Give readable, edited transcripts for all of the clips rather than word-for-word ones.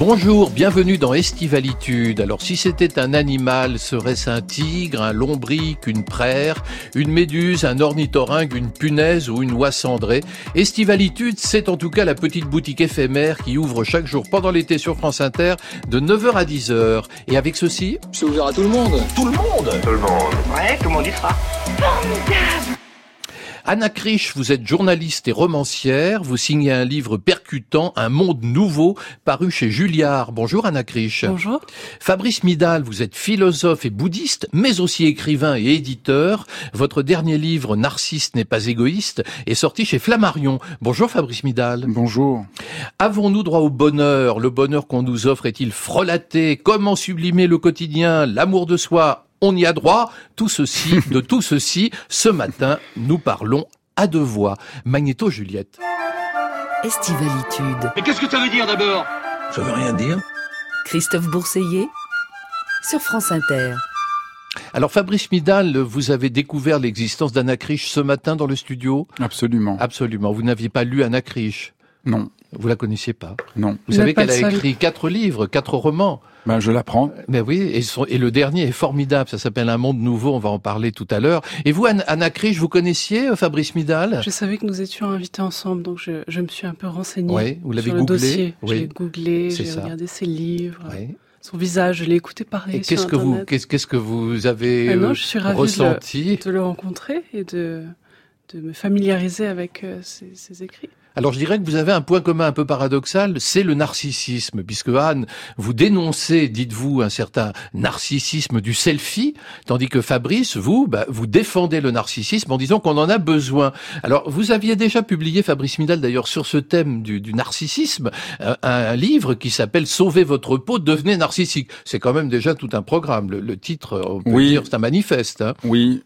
Bonjour, bienvenue dans Estivalitude. Alors si c'était un animal, serait-ce un tigre, un lombric, une praire, une méduse, un ornithorynque, une punaise ou une oie cendrée? Estivalitude, c'est en tout cas la petite boutique éphémère qui ouvre chaque jour pendant l'été sur France Inter de 9h à 10h. Et avec ceci... C'est ouvert à tout le monde. Tout le monde. Tout le monde. Ouais, tout le monde y sera. Formidable. Anna Krisch, vous êtes journaliste et romancière. Vous signez un livre percutant, Un monde nouveau, paru chez Julliard. Bonjour Anna Krisch. Bonjour. Fabrice Midal, vous êtes philosophe et bouddhiste, mais aussi écrivain et éditeur. Votre dernier livre, Narcisse n'est pas égoïste, est sorti chez Flammarion. Bonjour Fabrice Midal. Bonjour. Avons-nous droit au bonheur? Le bonheur qu'on nous offre est-il frelaté? Comment sublimer le quotidien? L'amour de soi? On y a droit. De tout ceci, ce matin, nous parlons à deux voix. Magnéto Juliette. Estivalitude. Mais qu'est-ce que ça veut dire d'abord? Ça veut rien dire. Christophe Bourseiller sur France Inter. Alors Fabrice Midal, vous avez découvert l'existence d'Anna Krisch ce matin dans le studio? Absolument. Absolument. Vous n'aviez pas lu Anna Krisch? Non. Vous la connaissiez pas? Non. Vous savez qu'elle a écrit 4 livres, 4 romans. Ben, je l'apprends. Mais oui, et le dernier est formidable. Ça s'appelle Un monde nouveau. On va en parler tout à l'heure. Et vous, Anna Krisch, vous connaissiez Fabrice Midal? Je savais que nous étions invités ensemble, donc je me suis un peu renseignée. Oui, vous l'avez sur le googlé. dossier. Oui. J'ai googlé, j'ai regardé ses livres. Oui. Son visage, je l'ai écouté parler et sur Internet. Qu'est-ce que vous avez non, je suis ravie ressenti de le rencontrer et de me familiariser avec ses écrits. Alors je dirais que vous avez un point commun un peu paradoxal, c'est le narcissisme, puisque Anne, vous dénoncez, dites-vous, un certain narcissisme du selfie, tandis que Fabrice, vous défendez le narcissisme en disant qu'on en a besoin. Alors vous aviez déjà publié, Fabrice Midal d'ailleurs, sur ce thème du narcissisme, un livre qui s'appelle « Sauvez votre peau, devenez narcissique ». C'est quand même déjà tout un programme. Le titre, on peut dire, c'est un manifeste. Hein. Oui.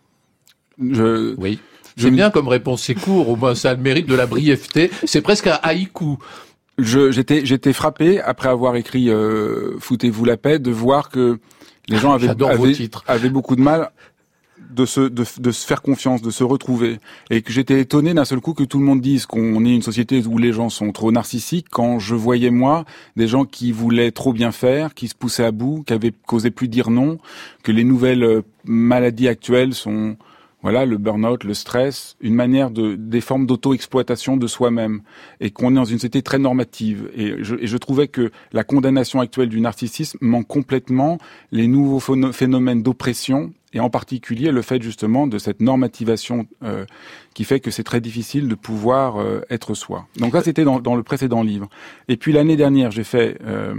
Oui. C'est bien comme réponse, c'est court, au moins ça a le mérite de la brièveté, c'est presque un haïku. J'étais frappé, après avoir écrit Foutez-vous la paix, de voir que les gens avaient beaucoup de mal de se faire confiance, de se retrouver. Et que j'étais étonné d'un seul coup que tout le monde dise qu'on est une société où les gens sont trop narcissiques, quand je voyais, moi, des gens qui voulaient trop bien faire, qui se poussaient à bout, qu'osaient plus dire non, que les nouvelles maladies actuelles sont... Voilà, le burn-out, le stress, une manière des formes d'auto-exploitation de soi-même, et qu'on est dans une société très normative. Et je trouvais que la condamnation actuelle du narcissisme manque complètement les nouveaux phénomènes d'oppression, et en particulier le fait justement de cette normativation qui fait que c'est très difficile de pouvoir être soi. Donc là, c'était dans le précédent livre. Et puis l'année dernière, j'ai fait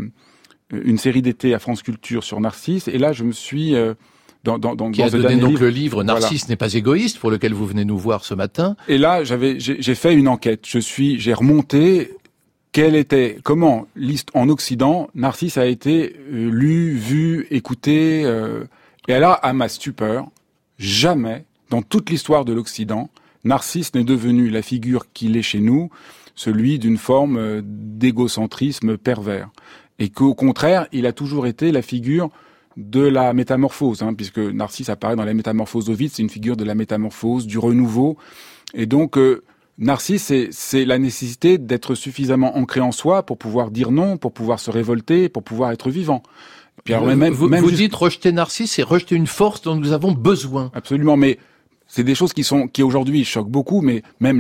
une série d'été à France Culture sur Narcisse, et là, je me suis... qui a donné donc le livre Narcisse n'est pas égoïste, pour lequel vous venez nous voir ce matin. Et là, j'ai fait une enquête. J'ai remonté comment, en Occident, Narcisse a été lu, vu, écouté. Et alors, à ma stupeur, jamais, dans toute l'histoire de l'Occident, Narcisse n'est devenu la figure qu'il est chez nous, celui d'une forme d'égocentrisme pervers. Et qu'au contraire, il a toujours été la figure de la métamorphose, puisque Narcisse apparaît dans la métamorphose d'Ovide, c'est une figure de la métamorphose, du renouveau. Et donc, Narcisse, c'est la nécessité d'être suffisamment ancré en soi pour pouvoir dire non, pour pouvoir se révolter, pour pouvoir être vivant. Puis alors, vous dites rejeter Narcisse, c'est rejeter une force dont nous avons besoin. Absolument, mais c'est des choses qui aujourd'hui choquent beaucoup, mais même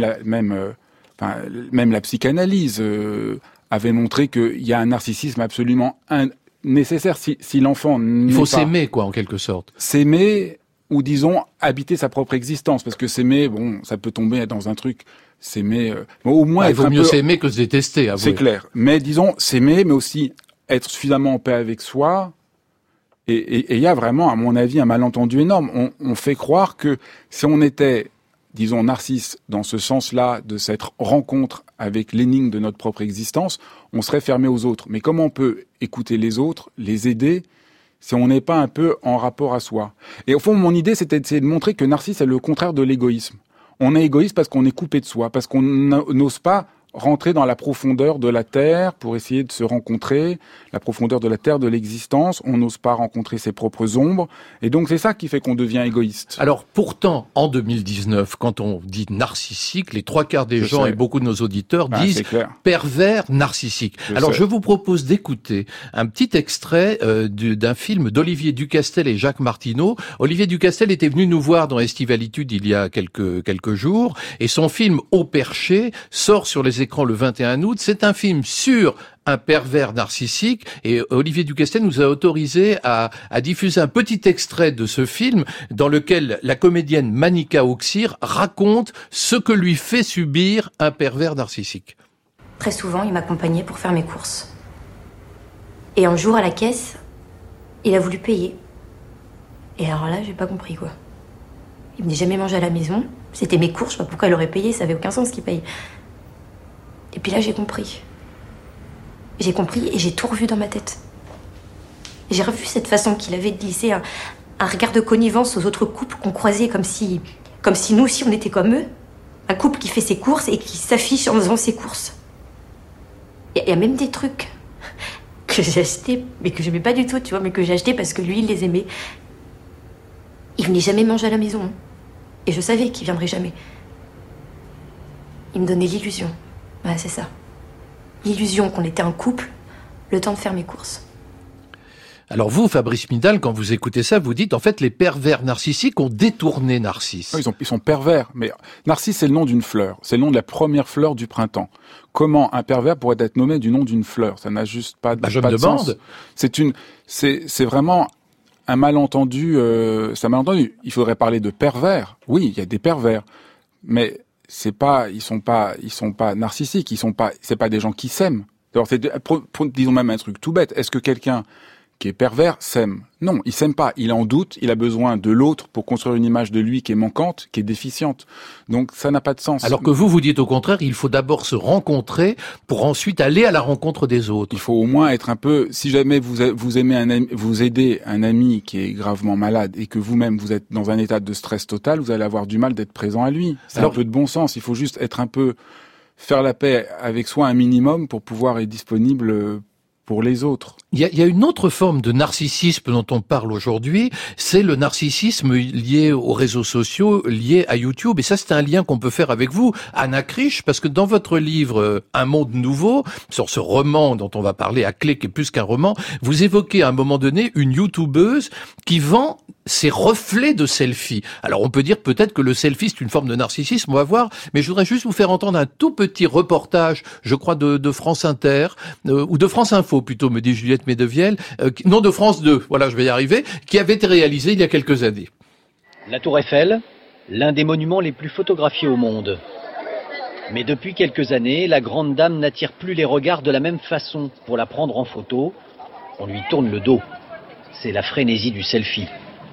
la psychanalyse avait montré qu'il y a un narcissisme absolument nécessaire si l'enfant il faut s'aimer, quoi, en quelque sorte. S'aimer, ou disons habiter sa propre existence, parce que s'aimer, bon, ça peut tomber dans un truc. S'aimer, au moins. Il vaut mieux s'aimer que se détester. C'est clair. Mais disons s'aimer, mais aussi être suffisamment en paix avec soi. Et il y a vraiment, à mon avis, un malentendu énorme. On fait croire que si on était, disons, Narcisse dans ce sens-là de cette rencontre avec l'énigme de notre propre existence, on serait fermé aux autres. Mais comment on peut écouter les autres, les aider, si on n'est pas un peu en rapport à soi? Et au fond, mon idée, c'était d'essayer de montrer que Narcisse est le contraire de l'égoïsme. On est égoïste parce qu'on est coupé de soi, parce qu'on n'ose pas rentrer dans la profondeur de la Terre, pour essayer de se rencontrer, la profondeur de la Terre, de l'existence. On n'ose pas rencontrer ses propres ombres. Et donc, c'est ça qui fait qu'on devient égoïste. Alors, pourtant, en 2019, quand on dit narcissique, les 3/4 des gens et beaucoup de nos auditeurs disent pervers narcissique. Alors, je vous propose d'écouter un petit extrait d'un film d'Olivier Ducastel et Jacques Martineau. Olivier Ducastel était venu nous voir dans Estivalitude il y a quelques jours, et son film Au Perché sort sur les écrans le 21 août. C'est un film sur un pervers narcissique, et Olivier Ducastel nous a autorisé à diffuser un petit extrait de ce film dans lequel la comédienne Manika Auxir raconte ce que lui fait subir un pervers narcissique. Très souvent, il m'accompagnait pour faire mes courses. Et un jour, à la caisse, il a voulu payer. Et alors là, j'ai pas compris, quoi. Il venait jamais manger à la maison. C'était mes courses, je sais pas pourquoi il aurait payé, ça avait aucun sens qu'il paye. Et puis là, j'ai compris. J'ai compris et j'ai tout revu dans ma tête. J'ai revu cette façon qu'il avait de glisser un regard de connivence aux autres couples qu'on croisait comme si nous aussi on était comme eux. Un couple qui fait ses courses et qui s'affiche en faisant ses courses. Il y a même des trucs que j'ai achetés, mais que j'aimais pas du tout, tu vois, mais que j'ai achetés parce que lui, il les aimait. Il venait jamais manger à la maison. Et je savais qu'il viendrait jamais. Il me donnait l'illusion. Ouais, c'est ça. L'illusion qu'on était un couple, le temps de faire mes courses. Alors vous, Fabrice Midal, quand vous écoutez ça, vous dites, en fait, les pervers narcissiques ont détourné Narcisse. Oui, ils sont pervers, mais Narcisse, c'est le nom d'une fleur. C'est le nom de la première fleur du printemps. Comment un pervers pourrait être nommé du nom d'une fleur? Ça n'a juste pas de sens. Je me demande. C'est vraiment un malentendu, c'est un malentendu. Il faudrait parler de pervers. Oui, il y a des pervers. Mais ils sont pas narcissiques, c'est pas des gens qui s'aiment. Alors disons même un truc tout bête. Est-ce que quelqu'un qui est pervers s'aime? Non, il s'aime pas. Il est en doute, il a besoin de l'autre pour construire une image de lui qui est manquante, qui est déficiente. Donc ça n'a pas de sens. Alors que vous dites au contraire, il faut d'abord se rencontrer pour ensuite aller à la rencontre des autres. Il faut au moins être un peu, si jamais vous aidez un ami qui est gravement malade et que vous-même vous êtes dans un état de stress total, vous allez avoir du mal d'être présent à lui. C'est un peu de bon sens. Il faut juste être un peu, faire la paix avec soi un minimum pour pouvoir être disponible pour les autres. Il y a une autre forme de narcissisme dont on parle aujourd'hui, c'est le narcissisme lié aux réseaux sociaux, lié à YouTube. Et ça, c'est un lien qu'on peut faire avec vous, Anna Krisch, parce que dans votre livre « Un monde nouveau », sur ce roman dont on va parler à clé, qui est plus qu'un roman, vous évoquez à un moment donné une YouTubeuse qui vend ses reflets de selfie. Alors on peut dire peut-être que le selfie c'est une forme de narcissisme, on va voir, mais je voudrais juste vous faire entendre un tout petit reportage, je crois de France Inter, ou de France Info plutôt, me dit Juliette Medevielle, non de France 2, voilà je vais y arriver, qui avait été réalisé il y a quelques années. La Tour Eiffel, l'un des monuments les plus photographiés au monde. Mais depuis quelques années, la grande dame n'attire plus les regards de la même façon. Pour la prendre en photo, on lui tourne le dos. C'est la frénésie du selfie.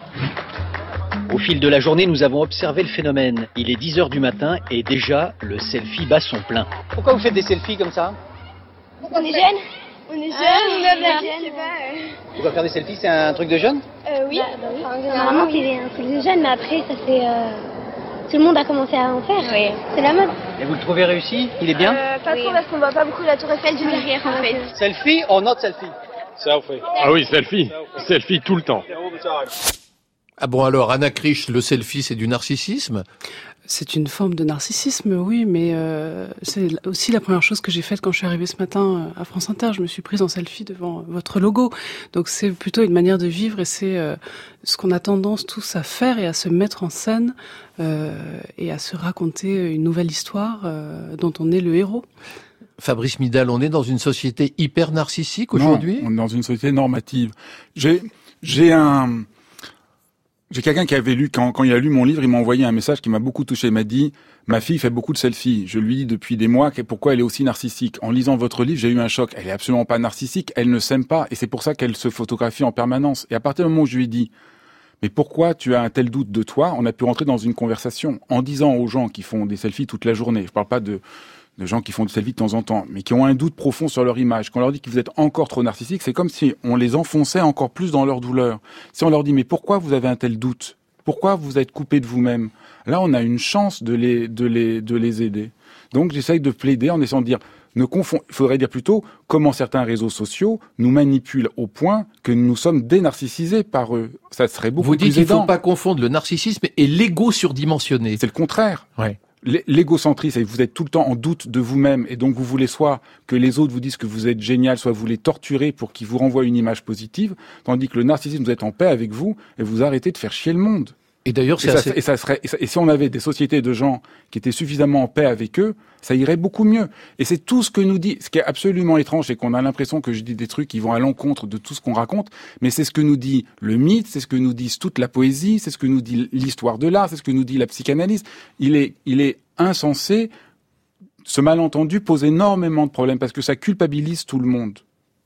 Au fil de la journée, nous avons observé le phénomène. Il est 10h du matin et déjà, le selfie bat son plein. Pourquoi vous faites des selfies comme ça? On est jeunes. On est jeunes, on aime la vie, je sais pas. Pourquoi faire des selfies, c'est un truc de jeune? Oui. Enfin, normalement, c'est un truc de jeune, mais après, ça fait... Tout le monde a commencé à en faire. Oui. C'est la mode. Et vous le trouvez réussi? Il est bien? Pas trop, parce qu'on voit pas beaucoup la Tour Eiffel du derrière, en fait. Selfie or not selfie? Selfie. Ah oui, selfie. Selfie tout le temps. Ah bon, alors, Anna Krisch, le selfie, c'est du narcissisme? C'est une forme de narcissisme, oui, mais c'est aussi la première chose que j'ai faite quand je suis arrivée ce matin à France Inter. Je me suis prise en selfie devant votre logo. Donc c'est plutôt une manière de vivre et c'est ce qu'on a tendance tous à faire et à se mettre en scène et à se raconter une nouvelle histoire dont on est le héros. Fabrice Midal, on est dans une société hyper narcissique aujourd'hui? Non, on est dans une société normative. J'ai quelqu'un qui avait lu, quand il a lu mon livre, il m'a envoyé un message qui m'a beaucoup touché. Il m'a dit, ma fille fait beaucoup de selfies. Je lui dis depuis des mois pourquoi elle est aussi narcissique. En lisant votre livre, j'ai eu un choc. Elle est absolument pas narcissique, elle ne s'aime pas. Et c'est pour ça qu'elle se photographie en permanence. Et à partir du moment où je lui ai dit, mais pourquoi tu as un tel doute de toi, on a pu rentrer dans une conversation. En disant aux gens qui font des selfies toute la journée, je parle pas de gens qui font des selfies de temps en temps, mais qui ont un doute profond sur leur image. Quand on leur dit que vous êtes encore trop narcissique, c'est comme si on les enfonçait encore plus dans leur douleur. Si on leur dit, mais pourquoi vous avez un tel doute? Pourquoi vous êtes coupé de vous-même? Là, on a une chance de les aider. Donc, j'essaye de plaider en essayant de dire, il faudrait dire plutôt comment certains réseaux sociaux nous manipulent au point que nous sommes dénarcissisés par eux. Ça serait beaucoup plus aidant. Vous dites qu'il ne faut pas confondre le narcissisme et l'ego surdimensionné. C'est le contraire. Ouais. L'égocentrisme, et vous êtes tout le temps en doute de vous-même, et donc vous voulez soit que les autres vous disent que vous êtes génial, soit vous les torturez pour qu'ils vous renvoient une image positive, tandis que le narcissisme, vous êtes en paix avec vous, et vous arrêtez de faire chier le monde. Et d'ailleurs, et si on avait des sociétés de gens qui étaient suffisamment en paix avec eux, ça irait beaucoup mieux. Et c'est tout ce que nous dit. Ce qui est absolument étrange, c'est qu'on a l'impression que je dis des trucs qui vont à l'encontre de tout ce qu'on raconte, mais c'est ce que nous dit le mythe, c'est ce que nous dit toute la poésie, c'est ce que nous dit l'histoire de l'art, c'est ce que nous dit la psychanalyse. Il est insensé. Ce malentendu pose énormément de problèmes parce que ça culpabilise tout le monde.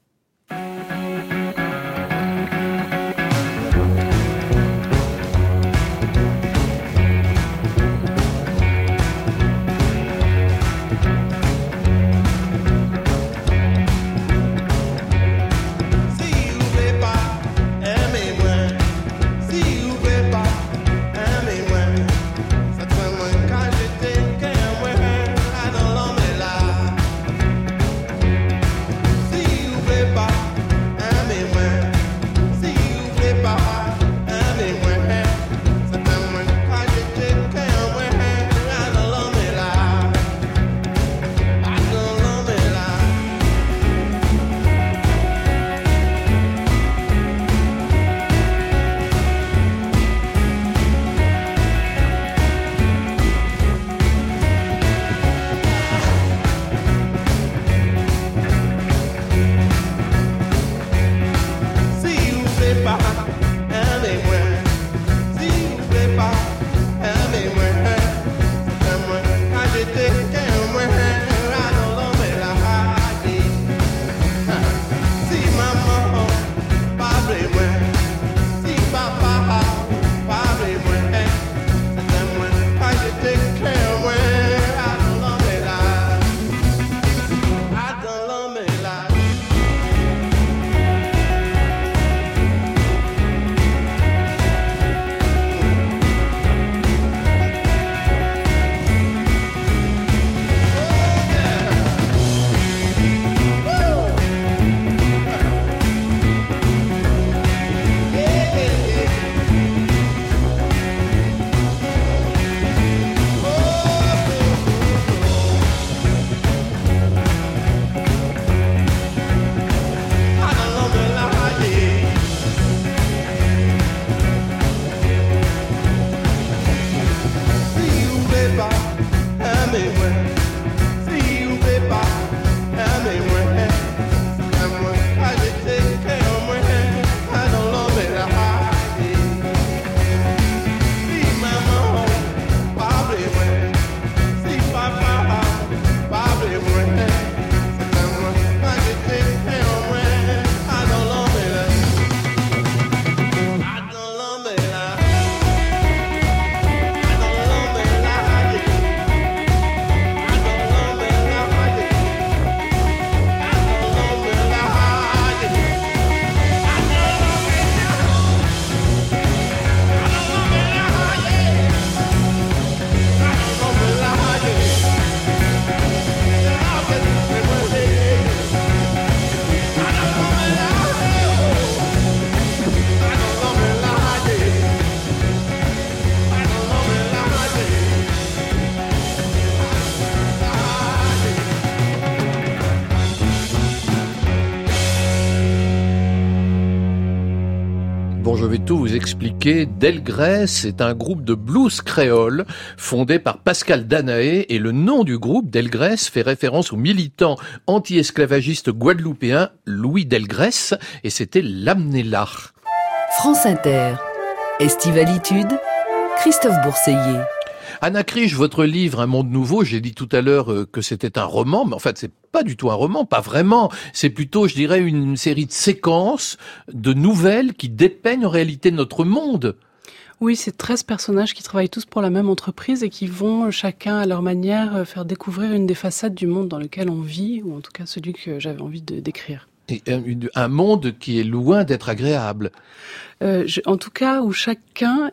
Je vais tout vous expliquer. Delgrès est un groupe de blues créole fondé par Pascal Danaé et le nom du groupe, Delgrès, fait référence au militant anti-esclavagiste guadeloupéen Louis Delgrès et c'était l'Amnélar. France Inter, Estivalitude, Christophe Bourseiller. Anna Krisch, votre livre Un monde nouveau, j'ai dit tout à l'heure que c'était un roman, mais en fait c'est pas du tout un roman, pas vraiment. C'est plutôt, je dirais, une série de séquences, de nouvelles qui dépeignent en réalité notre monde. Oui, c'est 13 personnages qui travaillent tous pour la même entreprise et qui vont chacun à leur manière faire découvrir une des façades du monde dans lequel on vit, ou en tout cas celui que j'avais envie de décrire. Et un monde qui est loin d'être agréable. En tout cas, où chacun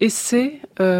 essaie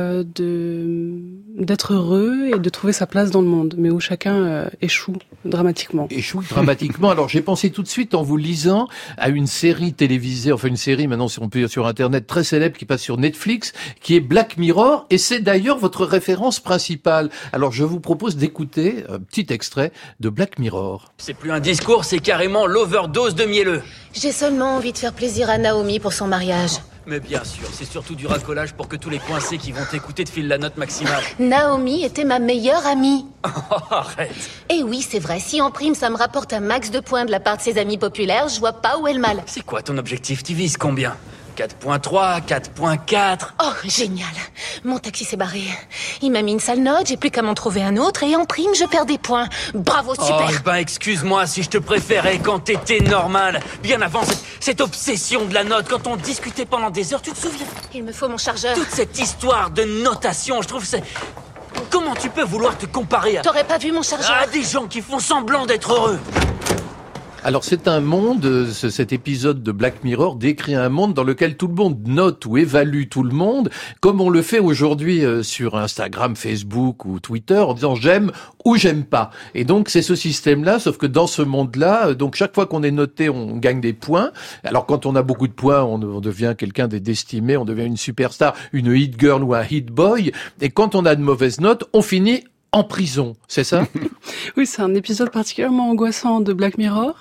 d'être heureux et de trouver sa place dans le monde, mais où chacun échoue dramatiquement. Alors j'ai pensé tout de suite en vous lisant à une série télévisée, enfin une série maintenant si on peut dire sur Internet très célèbre qui passe sur Netflix, qui est Black Mirror, et c'est d'ailleurs votre référence principale. Alors je vous propose d'écouter un petit extrait de Black Mirror. C'est plus un discours, c'est carrément l'overdose de mielleux. J'ai seulement envie de faire plaisir à Naomi pour son mariage. Mais bien sûr, c'est surtout du racolage pour que tous les coincés qui vont t'écouter te filent la note maximale. Naomi était ma meilleure amie. Oh, arrête. Et oui, c'est vrai, si en prime ça me rapporte un max de points de la part de ses amis populaires, je vois pas où est le mal. C'est quoi ton objectif? Tu vises combien? 4.3, 4.4. Oh, génial. Mon taxi s'est barré. Il m'a mis une sale note, j'ai plus qu'à m'en trouver un autre et en prime, je perds des points. Bravo, super. Oh, ben excuse-moi si je te préférais quand t'étais normal. Bien avant cette obsession de la note, quand on discutait pendant des heures, tu te souviens? Il me faut mon chargeur. Toute cette histoire de notation, je trouve c'est... Comment tu peux vouloir te comparer à... T'aurais pas vu mon chargeur? À des gens qui font semblant d'être heureux. Alors c'est un monde, cet épisode de Black Mirror décrit un monde dans lequel tout le monde note ou évalue tout le monde, comme on le fait aujourd'hui sur Instagram, Facebook ou Twitter, en disant j'aime ou j'aime pas. Et donc c'est ce système-là, sauf que dans ce monde-là, donc chaque fois qu'on est noté, on gagne des points. Alors quand on a beaucoup de points, on devient quelqu'un d'estimé, on devient une superstar, une hit girl ou un hit boy. Et quand on a de mauvaises notes, on finit en prison, c'est ça? Oui, c'est un épisode particulièrement angoissant de Black Mirror.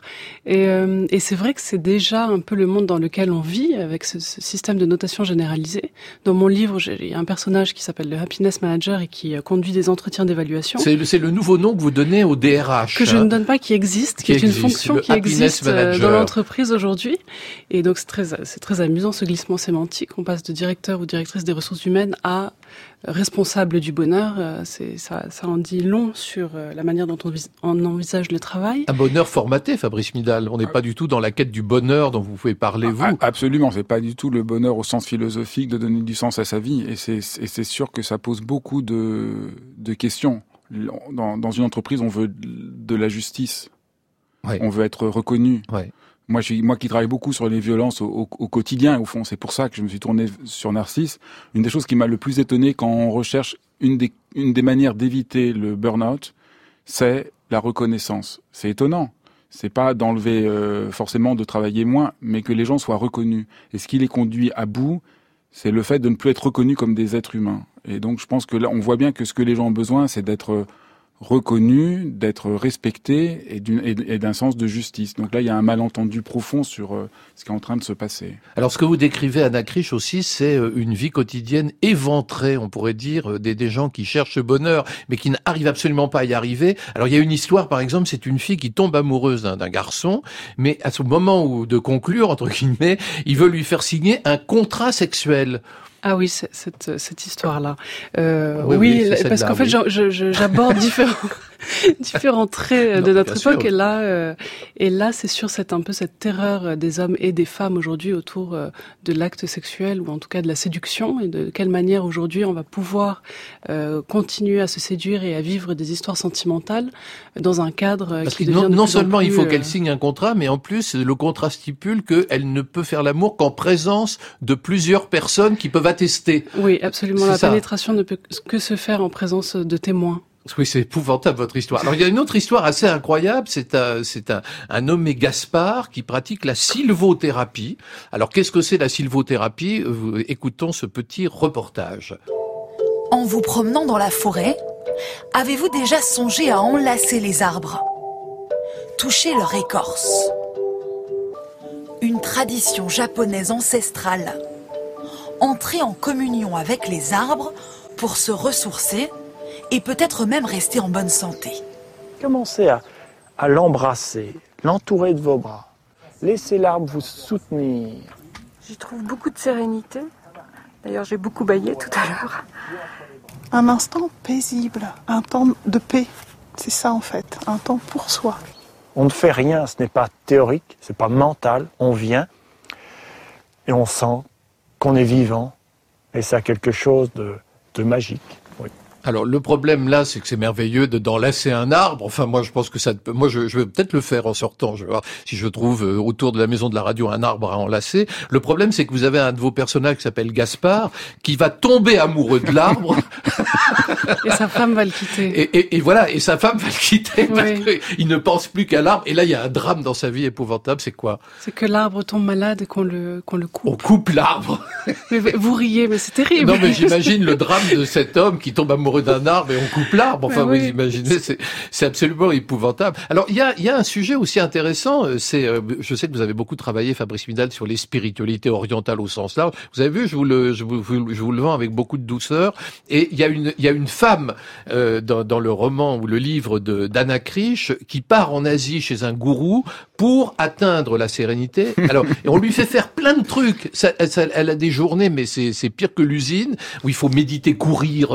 Et c'est vrai que c'est déjà un peu le monde dans lequel on vit, avec ce système de notation généralisée. Dans mon livre, il y a un personnage qui s'appelle le Happiness Manager et qui conduit des entretiens d'évaluation. C'est le nouveau nom que vous donnez au DRH. Que je ne donne pas, qui existe, qui est une fonction qui existe dans l'entreprise aujourd'hui. Et donc c'est très amusant, ce glissement sémantique. On passe de directeur ou directrice des ressources humaines à responsable du bonheur. Ça en dit long sur la manière dont on envisage le travail. Un bonheur formaté, Fabrice Midal. On n'est pas du tout dans la quête du bonheur dont vous pouvez parler, vous. Absolument, c'est pas du tout le bonheur au sens philosophique de donner du sens à sa vie. Et c'est sûr que ça pose beaucoup de questions. Dans une entreprise, on veut de la justice. Ouais. On veut être reconnu. Ouais. Moi qui travaille beaucoup sur les violences au quotidien, au fond, c'est pour ça que je me suis tourné sur Narcisse. Une des choses qui m'a le plus étonné quand on recherche une des manières d'éviter le burn-out, c'est la reconnaissance. C'est étonnant. C'est pas d'enlever forcément de travailler moins, mais que les gens soient reconnus. Et ce qui les conduit à bout, c'est le fait de ne plus être reconnus comme des êtres humains. Et donc je pense que là, on voit bien que ce que les gens ont besoin, c'est d'être reconnu, d'être respecté et d'un sens de justice. Donc là, il y a un malentendu profond sur ce qui est en train de se passer. Alors, ce que vous décrivez, Anna Krisch, aussi, c'est une vie quotidienne éventrée, on pourrait dire, des gens qui cherchent le bonheur, mais qui n'arrivent absolument pas à y arriver. Alors, il y a une histoire, par exemple, c'est une fille qui tombe amoureuse d'un garçon, mais à ce moment de conclure, entre guillemets, il veut lui faire signer un contrat sexuel. Ah oui, cette histoire-là. Oui, parce qu'en fait, j'aborde différents traits de notre époque. Et là, c'est sur cette terreur des hommes et des femmes aujourd'hui autour de l'acte sexuel, ou en tout cas de la séduction, et de quelle manière aujourd'hui on va pouvoir continuer à se séduire et à vivre des histoires sentimentales dans un cadre parce qui que devient non seulement il faut qu'elle signe un contrat, mais en plus le contrat stipule qu'elle ne peut faire l'amour qu'en présence de plusieurs personnes qui peuvent attester. Oui, absolument. La pénétration ne peut que se faire en présence de témoins. Oui, c'est épouvantable votre histoire. Alors il y a une autre histoire assez incroyable, c'est un nommé Gaspard qui pratique la sylvothérapie. Alors qu'est-ce que c'est la sylvothérapie? Écoutons ce petit reportage. En vous promenant dans la forêt, avez-vous déjà songé à enlacer les arbres? Toucher leur écorce? Une tradition japonaise ancestrale. Entrer en communion avec les arbres pour se ressourcer et peut-être même rester en bonne santé. Commencez à l'embrasser, l'entourer de vos bras. Laissez l'arbre vous soutenir. J'y trouve beaucoup de sérénité. D'ailleurs, j'ai beaucoup bâillé tout à l'heure. Un instant paisible, un temps de paix. C'est ça en fait, un temps pour soi. On ne fait rien, ce n'est pas théorique, ce n'est pas mental. On vient et on sent qu'on est vivant. Et ça a quelque chose de magique. Oui. Alors le problème là, c'est que c'est merveilleux d'enlacer un arbre. Enfin moi je pense que moi je vais peut-être le faire en sortant. Je vais voir si je trouve autour de la maison de la radio un arbre à enlacer. Le problème c'est que vous avez un de vos personnages qui s'appelle Gaspard qui va tomber amoureux de l'arbre. Et sa femme va le quitter. Et voilà, et sa femme va le quitter parce qu'il ne pense plus qu'à l'arbre. Et là il y a un drame dans sa vie épouvantable. C'est quoi? C'est que l'arbre tombe malade et qu'on le coupe. On coupe l'arbre. Mais vous riez, mais c'est terrible. Non mais j'imagine le drame de cet homme qui tombe amoureux d'un arbre et on coupe l'arbre. Enfin, vous imaginez, c'est absolument épouvantable. Alors, il y a un sujet aussi intéressant. Je sais que vous avez beaucoup travaillé, Fabrice Midal, sur les spiritualités orientales au sens large. Vous avez vu, je vous le vends avec beaucoup de douceur. Et il y a une femme dans le roman ou le livre d'Anna Krish qui part en Asie chez un gourou pour atteindre la sérénité. Alors, et on lui fait faire plein de trucs. Elle a des journées, mais c'est pire que l'usine où il faut méditer, courir.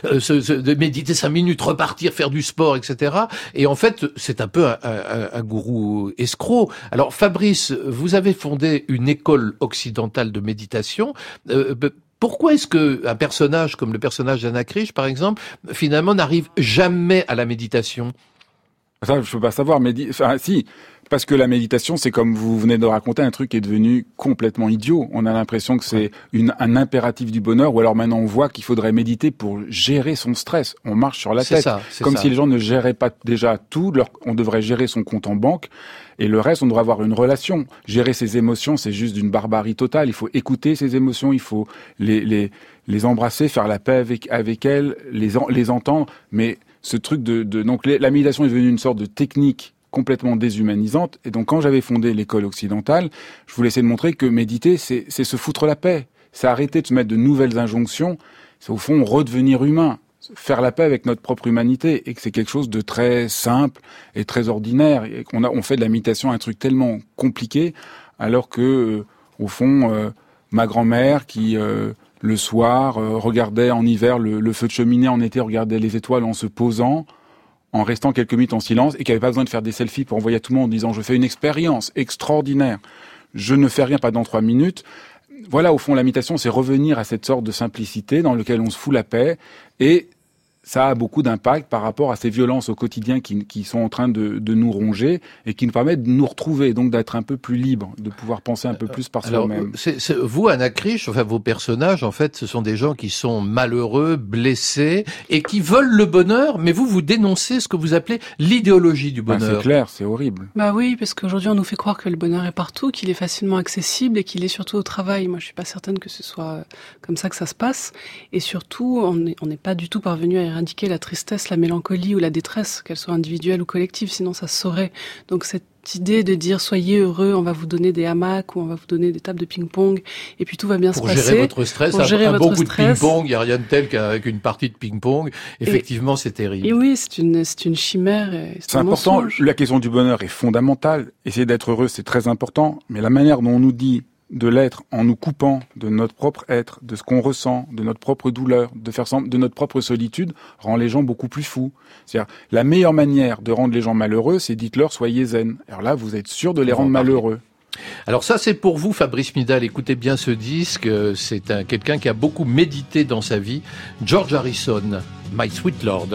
De méditer 5 minutes, repartir, faire du sport, etc. Et en fait, c'est un peu un gourou escroc. Alors, Fabrice, vous avez fondé une école occidentale de méditation. Pourquoi est-ce que un personnage comme le personnage d'Anna Krish, par exemple, finalement n'arrive jamais à la méditation? Ça, je peux pas savoir, mais enfin, si. Parce que la méditation, c'est comme vous venez de raconter, un truc qui est devenu complètement idiot. On a l'impression que c'est un impératif du bonheur, ou alors maintenant on voit qu'il faudrait méditer pour gérer son stress. On marche sur la tête. Comme si les gens ne géraient pas déjà tout, on devrait gérer son compte en banque, et le reste, on devrait avoir une relation. Gérer ses émotions, c'est juste d'une barbarie totale. Il faut écouter ses émotions, il faut les embrasser, faire la paix avec elles, les entendre, mais ce truc donc la méditation est devenue une sorte de technique complètement déshumanisante. Et donc, quand j'avais fondé l'école occidentale, je voulais essayer de montrer que méditer, c'est se foutre la paix. C'est arrêter de se mettre de nouvelles injonctions. C'est au fond redevenir humain. Faire la paix avec notre propre humanité. Et que c'est quelque chose de très simple et très ordinaire. Et on fait de la méditation un truc tellement compliqué, alors que, au fond, ma grand-mère qui, le soir, regardait en hiver le feu de cheminée, en été, regardait les étoiles en se posant, en restant quelques minutes en silence, et qui n'avait pas besoin de faire des selfies pour envoyer à tout le monde en disant « je fais une expérience extraordinaire, je ne fais rien pas dans 3 minutes ». Voilà, au fond, la méditation, c'est revenir à cette sorte de simplicité dans laquelle on se fout la paix, et ça a beaucoup d'impact par rapport à ces violences au quotidien qui sont en train de nous ronger et qui nous permettent de nous retrouver, donc d'être un peu plus libre, de pouvoir penser un peu plus par soi-même. Vous, Anna Krish, enfin vos personnages, en fait, ce sont des gens qui sont malheureux, blessés et qui veulent le bonheur, mais vous dénoncez ce que vous appelez l'idéologie du bonheur. C'est clair, c'est horrible. Bah oui, parce qu'aujourd'hui on nous fait croire que le bonheur est partout, qu'il est facilement accessible et qu'il est surtout au travail. Moi, je suis pas certaine que ce soit comme ça que ça se passe. Et surtout, on n'est pas du tout parvenu à éradiquer la tristesse, la mélancolie ou la détresse, qu'elle soit individuelle ou collective, sinon ça se saurait. Donc cette idée de dire soyez heureux, on va vous donner des hamacs ou on va vous donner des tables de ping-pong et puis tout va bien se passer. Pour gérer votre stress, un bon coup de ping-pong, il n'y a rien de tel qu'une partie de ping-pong. Effectivement, c'est terrible. Et oui, c'est une chimère. C'est important, mensonge. La question du bonheur est fondamentale. Essayer d'être heureux, c'est très important, mais la manière dont on nous dit de l'être en nous coupant de notre propre être, de ce qu'on ressent, de notre propre douleur, de notre propre solitude, rend les gens beaucoup plus fous. C'est-à-dire, la meilleure manière de rendre les gens malheureux, c'est dites-leur soyez zen. Alors là, vous êtes sûr de les rendre malheureux. Alors ça, c'est pour vous, Fabrice Midal. Écoutez bien ce disque. C'est quelqu'un qui a beaucoup médité dans sa vie. George Harrison, My Sweet Lord.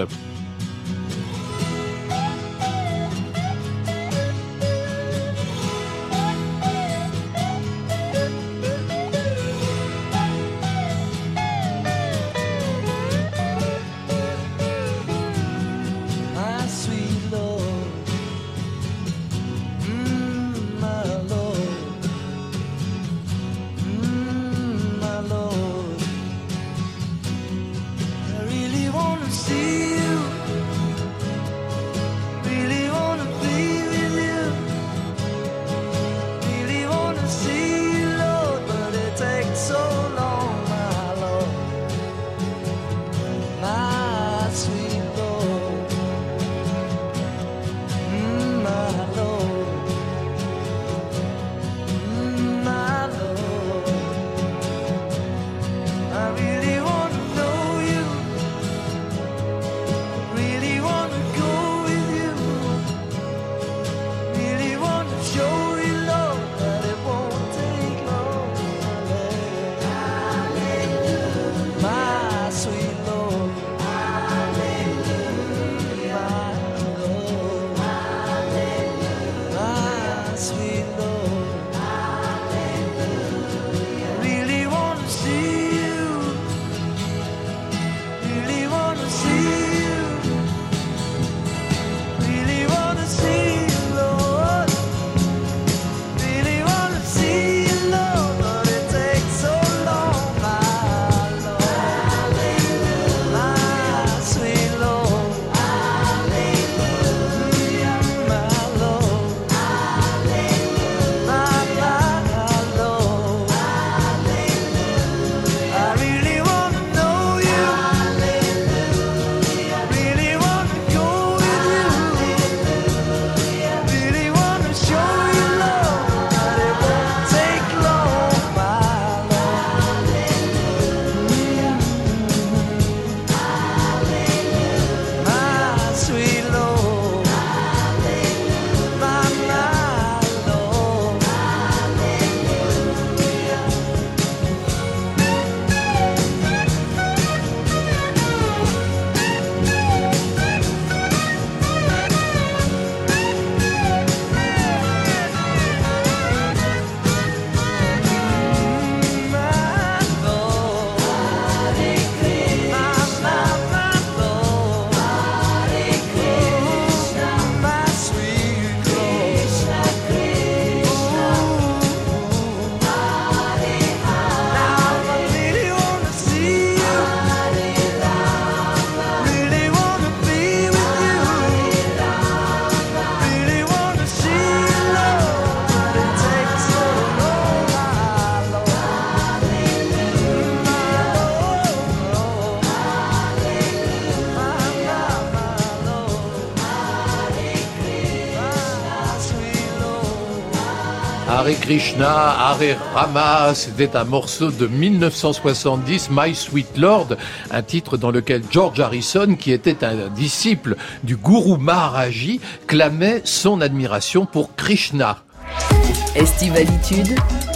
Hare Krishna, Hare Rama, c'était un morceau de 1970, My Sweet Lord, un titre dans lequel George Harrison, qui était un disciple du gourou Maharaji, clamait son admiration pour Krishna. Estivalitude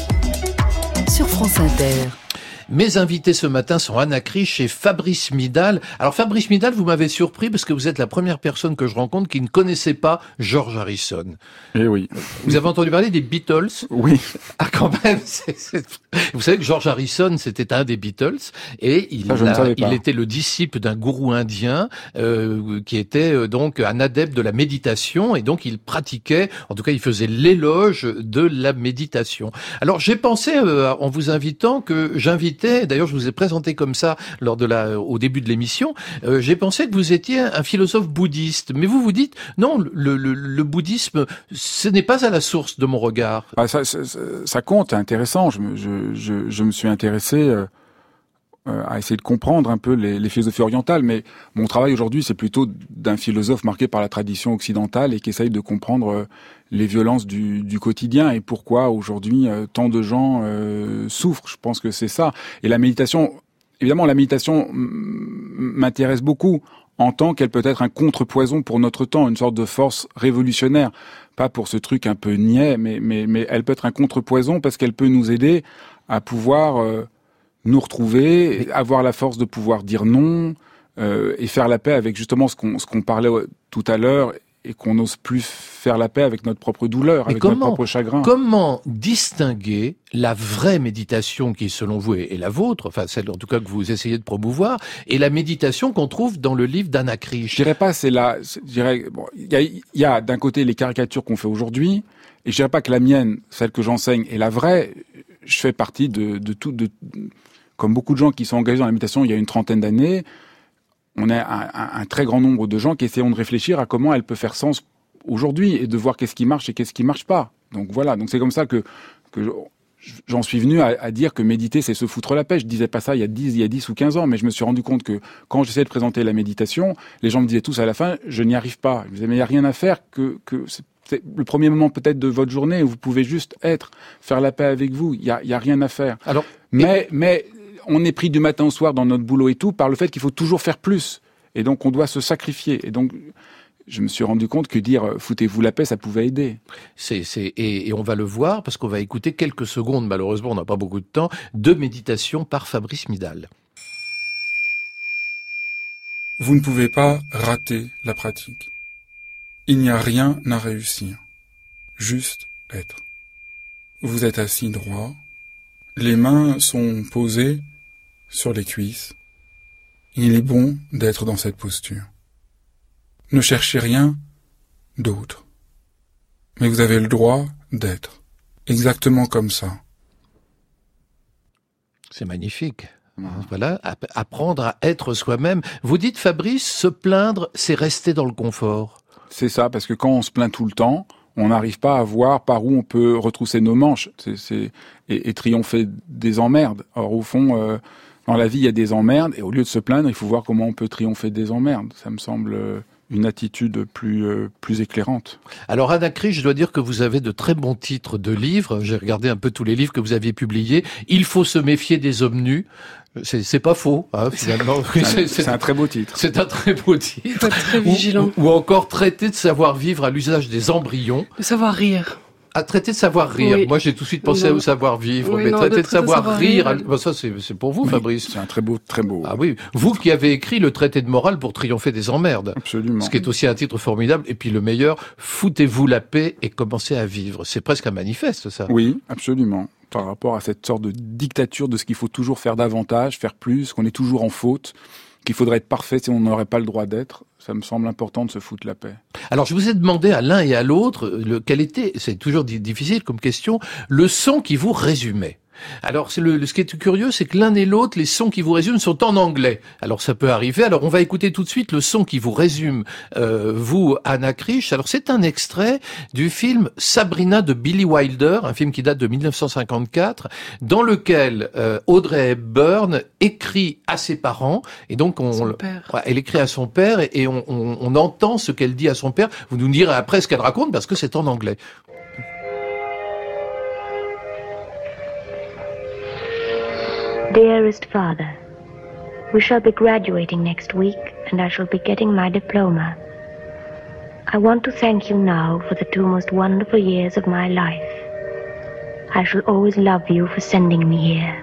sur France Inter. Mes invités ce matin sont Anna Krisch et Fabrice Midal. Alors Fabrice Midal, vous m'avez surpris parce que vous êtes la première personne que je rencontre qui ne connaissait pas George Harrison. Eh oui. Vous avez entendu parler des Beatles ? Oui. Ah quand même, Vous savez que George Harrison, c'était un des Beatles et il était le disciple d'un gourou indien qui était donc un adepte de la méditation et donc il pratiquait, en tout cas il faisait l'éloge de la méditation. Alors j'ai pensé en vous invitant que d'ailleurs je vous ai présenté comme ça au début de l'émission, j'ai pensé que vous étiez un philosophe bouddhiste, mais vous dites non, le bouddhisme ce n'est pas à la source de mon regard. Ah, ça compte, c'est intéressant. Je me suis intéressé à essayer de comprendre un peu les philosophies orientales, mais mon travail aujourd'hui c'est plutôt d'un philosophe marqué par la tradition occidentale et qui essaye de comprendre les violences du quotidien et pourquoi aujourd'hui tant de gens souffrent. Je pense que c'est ça. Et la méditation, évidemment, m'intéresse beaucoup en tant qu'elle peut être un contrepoison pour notre temps, une sorte de force révolutionnaire. Pas pour ce truc un peu niais, mais elle peut être un contrepoison parce qu'elle peut nous aider à pouvoir nous retrouver, avoir la force de pouvoir dire non et faire la paix avec justement ce qu'on parlait tout à l'heure et qu'on n'ose plus faire la paix avec notre propre douleur, avec notre propre chagrin. Comment distinguer la vraie méditation qui, selon vous, est la vôtre, enfin celle en tout cas que vous essayez de promouvoir, et la méditation qu'on trouve dans le livre d'Anna Krisch? Je dirais pas, il y a d'un côté les caricatures qu'on fait aujourd'hui, et je dirais pas que la mienne, celle que j'enseigne, est la vraie. Je fais partie comme beaucoup de gens qui sont engagés dans la méditation il y a une trentaine d'années, on a un très grand nombre de gens qui essayent de réfléchir à comment elle peut faire sens aujourd'hui et de voir qu'est-ce qui marche et qu'est-ce qui marche pas. Donc voilà, donc c'est comme ça que j'en suis venu à dire que méditer c'est se foutre la paix. Je disais pas ça il y a 10 ou 15 ans, mais je me suis rendu compte que quand j'essayais de présenter la méditation, les gens me disaient tous à la fin, je n'y arrive pas. Je me disais mais il y a rien à faire que c'est le premier moment peut-être de votre journée où vous pouvez juste faire la paix avec vous. Il y a rien à faire. Alors, mais on est pris du matin au soir dans notre boulot et tout par le fait qu'il faut toujours faire plus. Et donc, on doit se sacrifier. Et donc, je me suis rendu compte que dire « foutez-vous la paix », ça pouvait aider. Et on va le voir parce qu'on va écouter quelques secondes, malheureusement, on n'a pas beaucoup de temps, de méditation par Fabrice Midal. Vous ne pouvez pas rater la pratique. Il n'y a rien à réussir. Juste être. Vous êtes assis droit. Les mains sont posées sur les cuisses. Il est bon d'être dans cette posture. Ne cherchez rien d'autre. Mais vous avez le droit d'être. Exactement comme ça. C'est magnifique. Voilà, apprendre à être soi-même. Vous dites, Fabrice, se plaindre, c'est rester dans le confort. C'est ça, parce que quand on se plaint tout le temps, on n'arrive pas à voir par où on peut retrousser nos manches et triompher des emmerdes. Or, au fond, dans la vie, il y a des emmerdes, et au lieu de se plaindre, il faut voir comment on peut triompher des emmerdes. Ça me semble une attitude plus éclairante. Alors, Anna Krisch, je dois dire que vous avez de très bons titres de livres. J'ai regardé un peu tous les livres que vous aviez publiés. Il faut se méfier des hommes nus. C'est pas faux, hein, finalement. C'est un très beau titre. C'est un très beau titre. Faut être très vigilant. Ou encore traiter de savoir-vivre à l'usage des embryons. De savoir rire. À traiter de savoir-rire. Oui. Moi, j'ai tout de suite pensé au savoir-vivre, oui, mais traiter de savoir-rire, ça, c'est pour vous, oui, Fabrice. C'est un très beau. Ah oui. Vous qui avez écrit le traité de morale pour triompher des emmerdes. Absolument. Ce qui est aussi un titre formidable. Et puis le meilleur, foutez-vous la paix et commencez à vivre. C'est presque un manifeste, ça. Oui, absolument. Par rapport à cette sorte de dictature de ce qu'il faut toujours faire davantage, faire plus, qu'on est toujours en faute, qu'il faudrait être parfait si on n'aurait pas le droit d'être. Ça me semble important de se foutre la paix. Alors, je vous ai demandé à l'un et à l'autre quel était, c'est toujours difficile comme question, le son qui vous résumait. Alors, ce qui est curieux, c'est que l'un et l'autre, les sons qui vous résument sont en anglais. Alors, ça peut arriver. Alors, on va écouter tout de suite le son qui vous résume, vous, Anna Krisch. Alors, c'est un extrait du film Sabrina de Billy Wilder, un film qui date de 1954, dans lequel Audrey Hepburn écrit à ses parents. Et donc, elle écrit à son père et on entend ce qu'elle dit à son père. Vous nous direz après ce qu'elle raconte parce que c'est en anglais. Dearest Father, we shall be graduating next week and I shall be getting my diploma. I want to thank you now for the 2 most wonderful years of my life. I shall always love you for sending me here.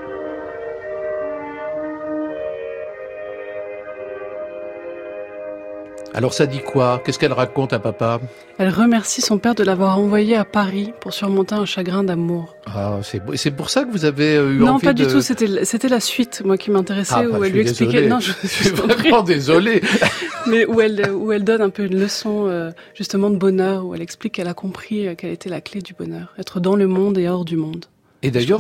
Alors ça dit quoi? Qu'est-ce qu'elle raconte à papa? Elle remercie son père de l'avoir envoyée à Paris pour surmonter un chagrin d'amour. Ah, c'est pour ça que vous avez eu non, envie pas de... du tout, c'était la suite, moi, qui m'intéressait, où elle lui expliquait... Désolé. Non, je suis vraiment désolé. Mais où elle donne un peu une leçon, justement, de bonheur, où elle explique qu'elle a compris quelle était la clé du bonheur. Être dans le monde et hors du monde. Et d'ailleurs,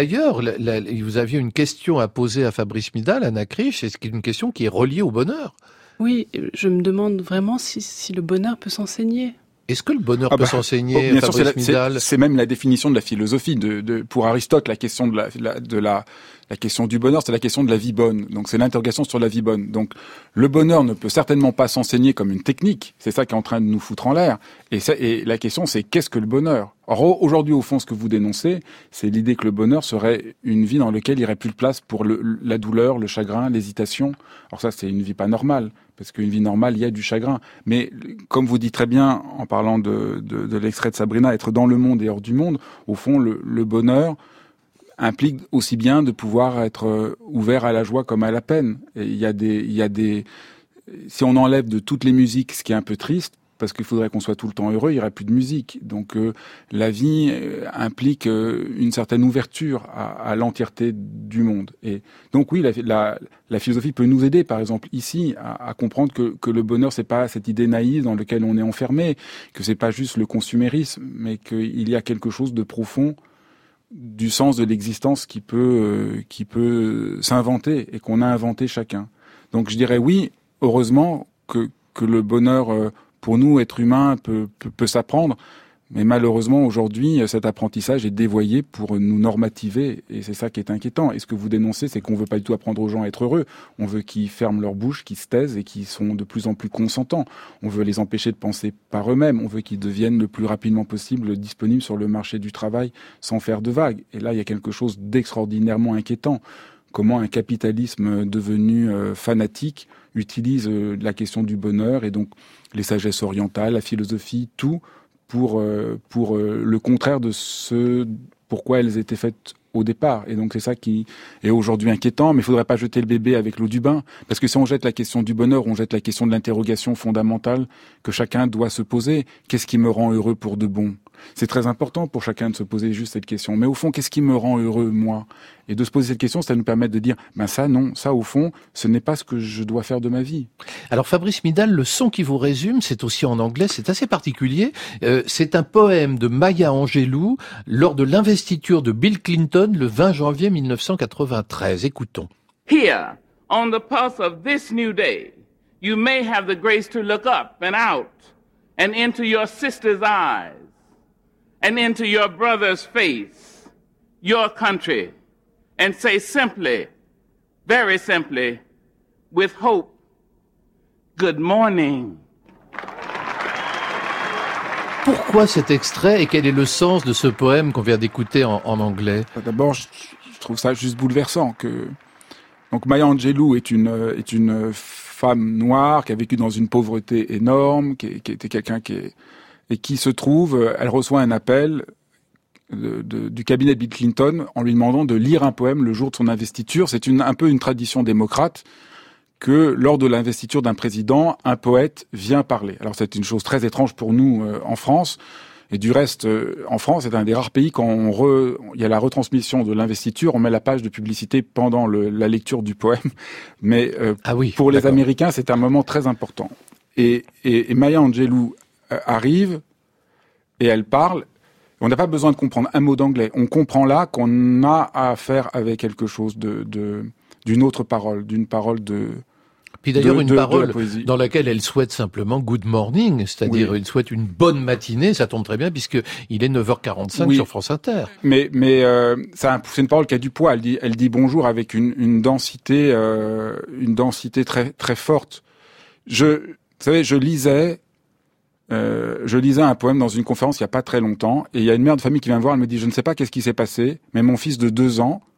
vous aviez une question à poser à Fabrice Midal, Anna Krisch, c'est une question qui est reliée au bonheur. Oui, je me demande vraiment si le bonheur peut s'enseigner. Est-ce que le bonheur peut s'enseigner, bien Fabrice sûr, Midal? C'est même la définition de la philosophie. Pour Aristote, la question la question du bonheur, c'est la question de la vie bonne. Donc c'est l'interrogation sur la vie bonne. Donc le bonheur ne peut certainement pas s'enseigner comme une technique. C'est ça qui est en train de nous foutre en l'air. Et la question, c'est qu'est-ce que le bonheur? Or, aujourd'hui, au fond, ce que vous dénoncez, c'est l'idée que le bonheur serait une vie dans laquelle il n'y aurait plus de place pour la douleur, le chagrin, l'hésitation. Alors ça, c'est une vie pas normale. Parce qu'une vie normale, il y a du chagrin. Mais comme vous dites très bien, en parlant de l'extrait de Sabrina, être dans le monde et hors du monde, au fond, le bonheur implique aussi bien de pouvoir être ouvert à la joie comme à la peine. Et il y a des, si on enlève de toutes les musiques ce qui est un peu triste, parce qu'il faudrait qu'on soit tout le temps heureux, il n'y aurait plus de musique. Donc la vie implique une certaine ouverture à l'entièreté du monde. Et donc oui, la philosophie peut nous aider, par exemple ici, à comprendre que le bonheur, c'est pas cette idée naïve dans laquelle on est enfermé, que c'est pas juste le consumérisme, mais qu'il y a quelque chose de profond du sens de l'existence qui peut s'inventer et qu'on a inventé chacun. Donc je dirais oui, heureusement que le bonheur pour nous, êtres humains, peut s'apprendre. Mais malheureusement, aujourd'hui, cet apprentissage est dévoyé pour nous normativer. Et c'est ça qui est inquiétant. Et ce que vous dénoncez, c'est qu'on veut pas du tout apprendre aux gens à être heureux. On veut qu'ils ferment leur bouche, qu'ils se taisent et qu'ils sont de plus en plus consentants. On veut les empêcher de penser par eux-mêmes. On veut qu'ils deviennent le plus rapidement possible disponibles sur le marché du travail sans faire de vagues. Et là, il y a quelque chose d'extraordinairement inquiétant. Comment un capitalisme devenu fanatique utilise la question du bonheur et donc les sagesses orientales, la philosophie, tout pour le contraire de ce pourquoi elles étaient faites au départ. Et donc c'est ça qui est aujourd'hui inquiétant, mais il faudrait pas jeter le bébé avec l'eau du bain, parce que si on jette la question du bonheur, on jette la question de l'interrogation fondamentale que chacun doit se poser. Qu'est-ce qui me rend heureux pour de bon ? C'est très important pour chacun de se poser juste cette question. Mais au fond, qu'est-ce qui me rend heureux, moi ? Et de se poser cette question, ça nous permet de dire, ça non, ça au fond, ce n'est pas ce que je dois faire de ma vie. Alors Fabrice Midal, le son qui vous résume, c'est aussi en anglais, c'est assez particulier. C'est un poème de Maya Angelou lors de l'investiture de Bill Clinton le 20 janvier 1993. Écoutons. Here, on the pulse of this new day, you may have the grace to look up and out and into your sister's eyes and into your brother's face, your country, and say simply, very simply, with hope, good morning. Pourquoi cet extrait et quel est le sens de ce poème qu'on vient d'écouter en anglais ? D'abord, je trouve ça juste bouleversant que donc Maya Angelou est une femme noire qui a vécu dans une pauvreté énorme, qui était quelqu'un et qui se trouve, elle reçoit un appel du cabinet de Bill Clinton en lui demandant de lire un poème le jour de son investiture. C'est un peu une tradition démocrate que lors de l'investiture d'un président, un poète vient parler. Alors c'est une chose très étrange pour nous en France. Et du reste, en France, c'est un des rares pays quand il y a la retransmission de l'investiture, on met la page de publicité pendant la lecture du poème. Mais pour les Américains, c'est un moment très important. Et Maya Angelou arrive et elle parle. On n'a pas besoin de comprendre un mot d'anglais. On comprend là qu'on a à faire avec quelque chose d'une autre parole, d'une parole de... Puis d'ailleurs une parole dans laquelle elle souhaite simplement good morning, c'est-à-dire elle souhaite une bonne matinée, ça tombe très bien puisque il est 9h45 sur France Inter. Mais c'est une parole qui a du poids, elle dit bonjour avec une densité très très forte. Vous savez, je lisais un poème dans une conférence il y a pas très longtemps et il y a une mère de famille qui vient me voir, elle me dit je ne sais pas qu'est-ce qui s'est passé, mais mon fils de 2 ans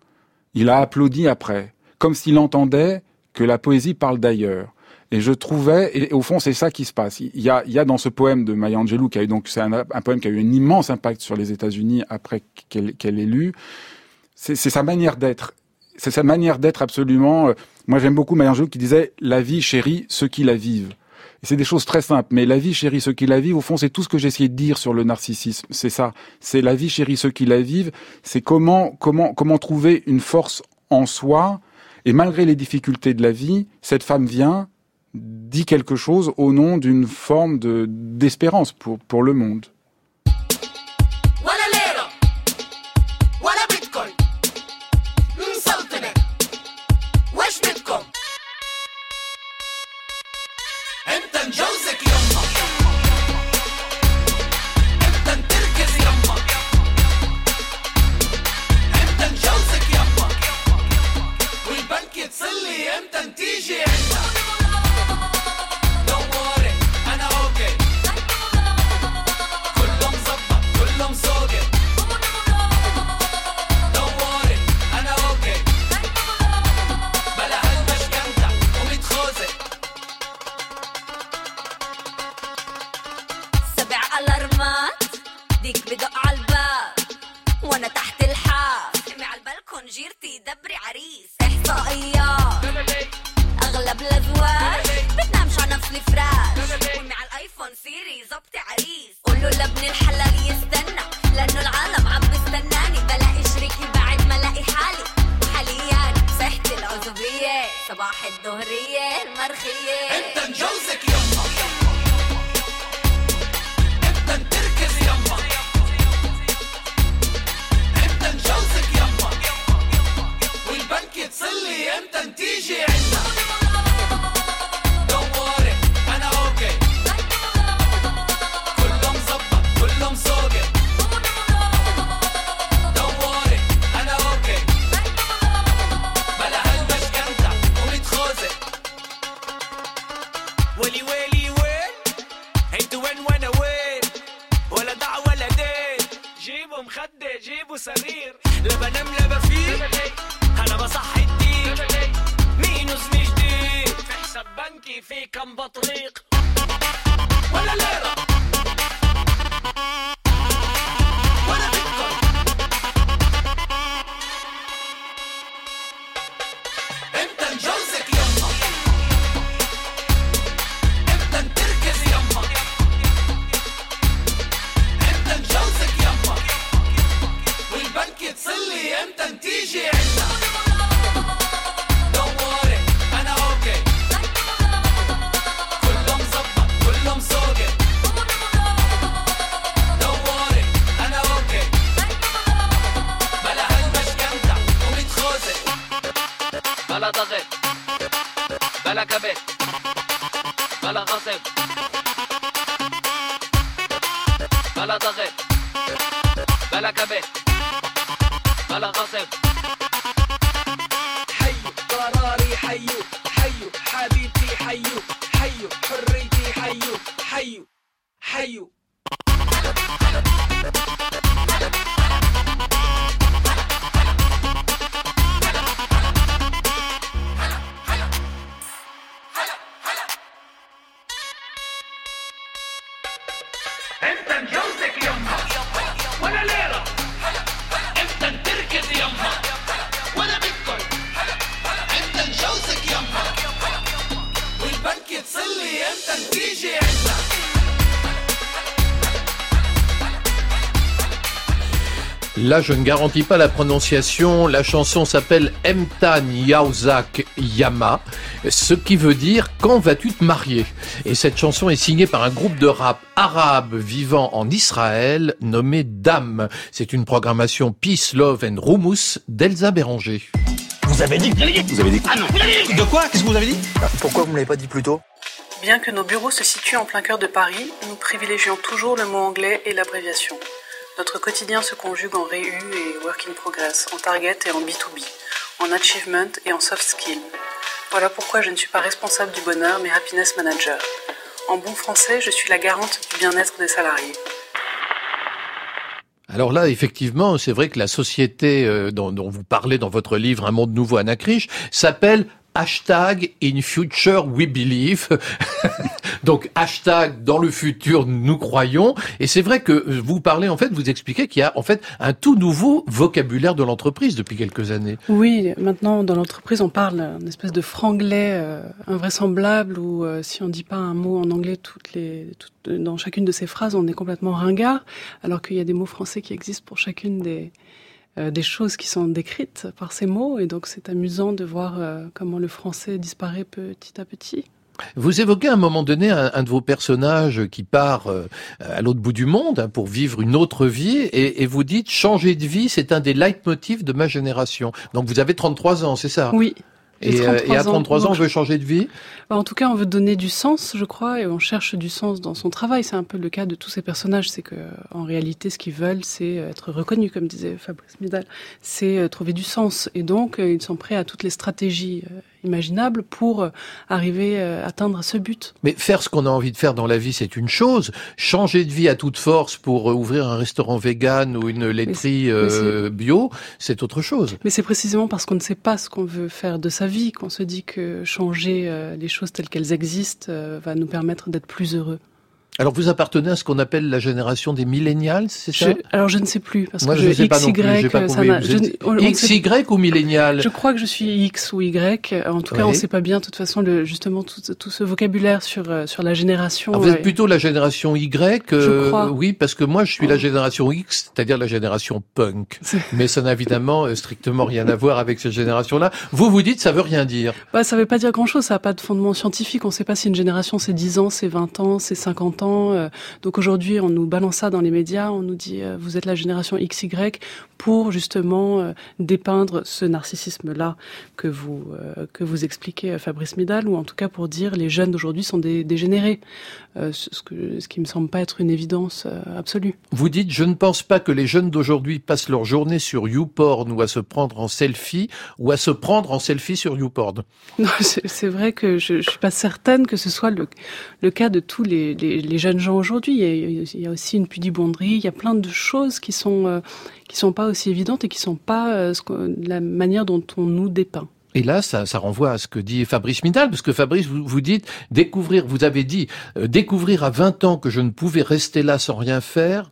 Il a applaudi après, comme s'il entendait que la poésie parle d'ailleurs. Et je trouvais, et au fond, c'est ça qui se passe. Il y a dans ce poème de Maya Angelou, c'est un poème qui a eu un immense impact sur les États-Unis après qu'elle ait lu. C'est sa manière d'être. C'est sa manière d'être absolument. Moi, j'aime beaucoup Maya Angelou qui disait « La vie chérit ceux qui la vivent ». Et c'est des choses très simples, mais la vie chérit ceux qui la vivent, au fond, c'est tout ce que j'ai essayé de dire sur le narcissisme. C'est ça. C'est la vie chérit ceux qui la vivent. C'est comment trouver une force en soi. Et malgré les difficultés de la vie, cette femme dit quelque chose au nom d'une forme d'espérance pour le monde. Là, je ne garantis pas la prononciation. La chanson s'appelle Emta Nyauzak Yama, ce qui veut dire « Quand vas-tu te marier ?» Et cette chanson est signée par un groupe de rap arabe vivant en Israël nommé Dam. C'est une programmation Peace, Love and Rumous d'Elsa Béranger. Vous avez dit que vous avez dit. Vous avez dit. Ah non, vous avez dit. De quoi? Qu'est-ce que vous avez dit? Pourquoi vous ne me l'avez pas dit plus tôt? Bien que nos bureaux se situent en plein cœur de Paris, nous privilégions toujours le mot anglais et l'abréviation. Notre quotidien se conjugue en REU et Work in Progress, en Target et en B2B, en Achievement et en Soft Skill. Voilà pourquoi je ne suis pas responsable du bonheur, mais Happiness Manager. En bon français, je suis la garante du bien-être des salariés. Alors là, effectivement, c'est vrai que la société dont vous parlez dans votre livre Un monde nouveau Anna-Krisch s'appelle #In Future We Believe. Donc hashtag dans le futur nous croyons. Et c'est vrai que vous parlez, en fait, vous expliquez qu'il y a en fait un tout nouveau vocabulaire de l'entreprise depuis quelques années. Oui, maintenant dans l'entreprise on parle une espèce de franglais invraisemblable où si on dit pas un mot en anglais dans chacune de ces phrases on est complètement ringard, alors qu'il y a des mots français qui existent pour chacune des choses qui sont décrites par ces mots, et donc c'est amusant de voir comment le français disparaît petit à petit. Vous évoquez à un moment donné un de vos personnages qui part à l'autre bout du monde pour vivre une autre vie, et vous dites « changer de vie, c'est un des leitmotifs de ma génération ». Donc vous avez 33 ans, c'est ça ? Oui. Et à 33 ans, on veut changer de vie ? En tout cas, on veut donner du sens, je crois, et on cherche du sens dans son travail. C'est un peu le cas de tous ces personnages. C'est que, en réalité, ce qu'ils veulent, c'est être reconnus, comme disait Fabrice Midal. C'est trouver du sens. Et donc, ils sont prêts à toutes les stratégies imaginables pour arriver à atteindre ce but. Mais faire ce qu'on a envie de faire dans la vie, c'est une chose. Changer de vie à toute force pour ouvrir un restaurant vegan ou une laiterie bio, c'est autre chose. Mais c'est précisément parce qu'on ne sait pas ce qu'on veut faire de sa vie qu'on se dit que changer les choses telles qu'elles existent va nous permettre d'être plus heureux. Alors vous appartenez à ce qu'on appelle la génération des millennials, c'est ça ? Alors je ne sais plus, parce moi, que je sais pas non plus, j'ai pas compris. XY ou millénial ? Je crois que je suis X ou Y. En tout cas, on ne sait pas bien, de toute façon, justement, tout ce vocabulaire sur la génération. Alors vous êtes plutôt la génération Y, je crois. Oui, parce que moi je suis la génération X, c'est-à-dire la génération punk. Mais ça n'a évidemment strictement rien à voir avec cette génération-là. Vous dites ça veut rien dire. Ça veut pas dire grand-chose, ça n'a pas de fondement scientifique. On ne sait pas si une génération c'est 10 ans, c'est 20 ans, c'est 50 ans. Donc aujourd'hui, on nous balance ça dans les médias, on nous dit vous êtes la génération XY pour justement dépeindre ce narcissisme-là que vous expliquez, Fabrice Midal, ou en tout cas pour dire les jeunes d'aujourd'hui sont dégénérés, ce qui me semble pas être une évidence absolue. Vous dites je ne pense pas que les jeunes d'aujourd'hui passent leur journée sur YouPorn ou à se prendre en selfie ou à se prendre en selfie sur YouPorn. Non, c'est vrai que je suis pas certaine que ce soit le cas de tous les jeunes gens aujourd'hui. Il y a aussi une pudibonderie, il y a plein de choses qui sont pas aussi évidentes et qui sont pas la manière dont on nous dépeint. Et là, ça renvoie à ce que dit Fabrice Midal, parce que Fabrice, vous dites vous avez dit découvrir à 20 ans que je ne pouvais rester là sans rien faire,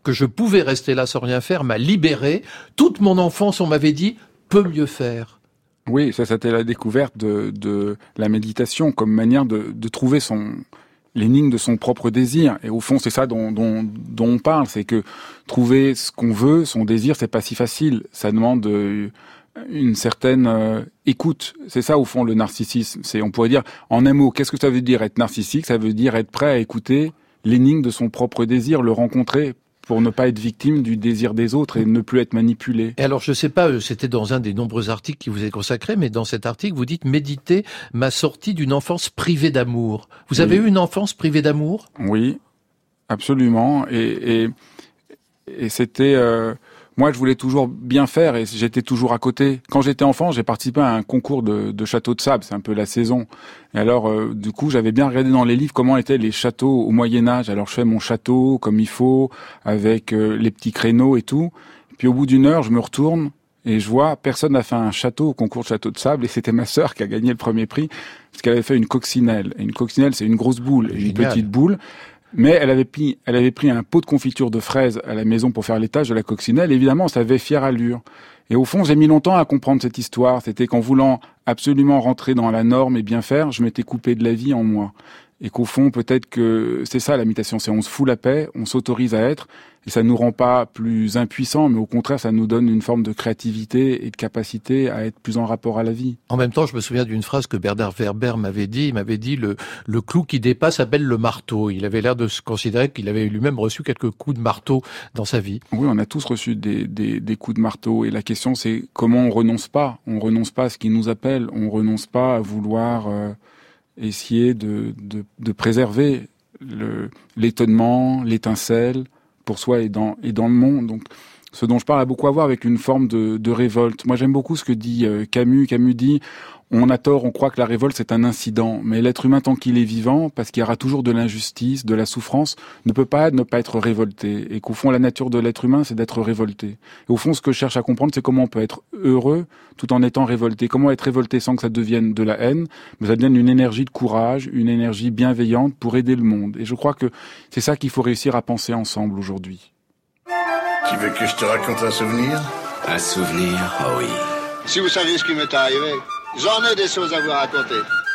m'a libéré. Toute mon enfance, on m'avait dit peut mieux faire. Oui, ça c'était la découverte de la méditation comme manière de trouver l'énigme de son propre désir. Et au fond, c'est ça dont on parle, c'est que trouver ce qu'on veut, son désir, c'est pas si facile. Ça demande une certaine écoute. C'est ça, au fond, le narcissisme. On pourrait dire, en un mot, qu'est-ce que ça veut dire être narcissique ? Ça veut dire être prêt à écouter l'énigme de son propre désir, le rencontrer, pour ne pas être victime du désir des autres et ne plus être manipulé. Et alors, je sais pas, c'était dans un des nombreux articles qui vous est consacré, mais dans cet article, vous dites « Méditer m'a sorti d'une enfance privée d'amour ». Vous avez eu une enfance privée d'amour ? Oui, absolument. Et c'était... moi, je voulais toujours bien faire et j'étais toujours à côté. Quand j'étais enfant, j'ai participé à un concours de châteaux de sable, c'est un peu la saison. Et alors, du coup, j'avais bien regardé dans les livres comment étaient les châteaux au Moyen-Âge. Alors, je fais mon château comme il faut, avec les petits créneaux et tout. Puis au bout d'une heure, je me retourne et je vois, personne n'a fait un château au concours de château de sable, et c'était ma sœur qui a gagné le premier prix, parce qu'elle avait fait une coccinelle. Et une coccinelle, c'est une grosse boule, et une petite boule. Mais elle avait pris un pot de confiture de fraises à la maison pour faire l'étage de la coccinelle. Évidemment, ça avait fière allure. Et au fond, j'ai mis longtemps à comprendre cette histoire. C'était qu'en voulant absolument rentrer dans la norme et bien faire, je m'étais coupé de la vie en moi. Et qu'au fond, peut-être que c'est ça la méditation, c'est on se fout la paix, on s'autorise à être, et ça nous rend pas plus impuissants, mais au contraire, ça nous donne une forme de créativité et de capacité à être plus en rapport à la vie. En même temps, je me souviens d'une phrase que Bernard Werber m'avait dit, le clou qui dépasse s'appelle le marteau. Il avait l'air de se considérer qu'il avait lui-même reçu quelques coups de marteau dans sa vie. Oui, on a tous reçu des coups de marteau, et la question c'est comment on renonce pas à ce qui nous appelle, on renonce pas à vouloir essayer de préserver l'étonnement, l'étincelle pour soi et dans le monde. Donc, ce dont je parle a beaucoup à voir avec une forme de révolte. Moi, j'aime beaucoup ce que dit Camus. Camus dit, on a tort, on croit que la révolte c'est un incident, mais l'être humain tant qu'il est vivant, parce qu'il y aura toujours de l'injustice, de la souffrance, ne peut pas ne pas être révolté. Et qu'au fond, la nature de l'être humain, c'est d'être révolté. Et au fond, ce que je cherche à comprendre, c'est comment on peut être heureux tout en étant révolté. Comment être révolté sans que ça devienne de la haine, mais ça devienne une énergie de courage, une énergie bienveillante pour aider le monde. Et je crois que c'est ça qu'il faut réussir à penser ensemble aujourd'hui. Tu veux que je te raconte un souvenir? Un souvenir, oh oui. Si vous saviez ce qui m'est arrivé, j'en ai des choses à vous raconter.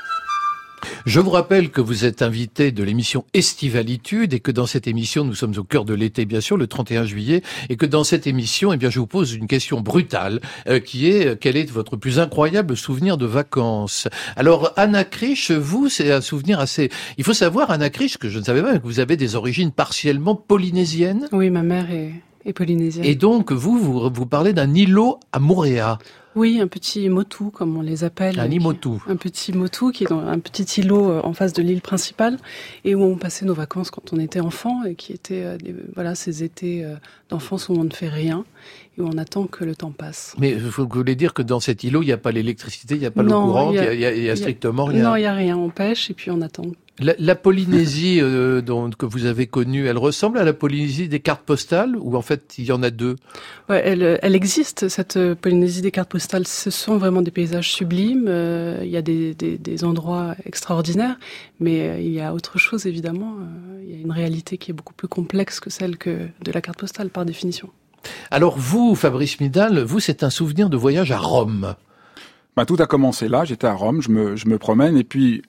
Je vous rappelle que vous êtes invité de l'émission Estivalitude et que dans cette émission, nous sommes au cœur de l'été, bien sûr, le 31 juillet, et que dans cette émission, eh bien, je vous pose une question brutale, qui est, quel est votre plus incroyable souvenir de vacances? Alors, Anna Krisch, vous, c'est un souvenir assez... Il faut savoir, Anna Krisch, que je ne savais pas, que vous avez des origines partiellement polynésiennes. Oui, ma mère est polynésienne. Et donc, vous parlez d'un îlot à Moorea. Oui, un petit motu, comme on les appelle. Un imotu. Un petit motu qui est dans un petit îlot en face de l'île principale et où on passait nos vacances quand on était enfant et qui étaient ces étés d'enfance où on ne fait rien et où on attend que le temps passe. Mais vous voulez dire que dans cet îlot, il n'y a pas l'électricité, il n'y a pas l'eau courante, il y a strictement rien? Non, il n'y a rien. On pêche et puis on attend. La Polynésie que vous avez connue, elle ressemble à la Polynésie des cartes postales ou en fait il y en a deux? Ouais, elle existe, cette Polynésie des cartes postales. Ce sont vraiment des paysages sublimes. Il y a des endroits extraordinaires, mais il y a autre chose évidemment. Il y a une réalité qui est beaucoup plus complexe que celle de la carte postale par définition. Alors vous, Fabrice Midal, vous c'est un souvenir de voyage à Rome. Tout a commencé là. J'étais à Rome, je me promène et puis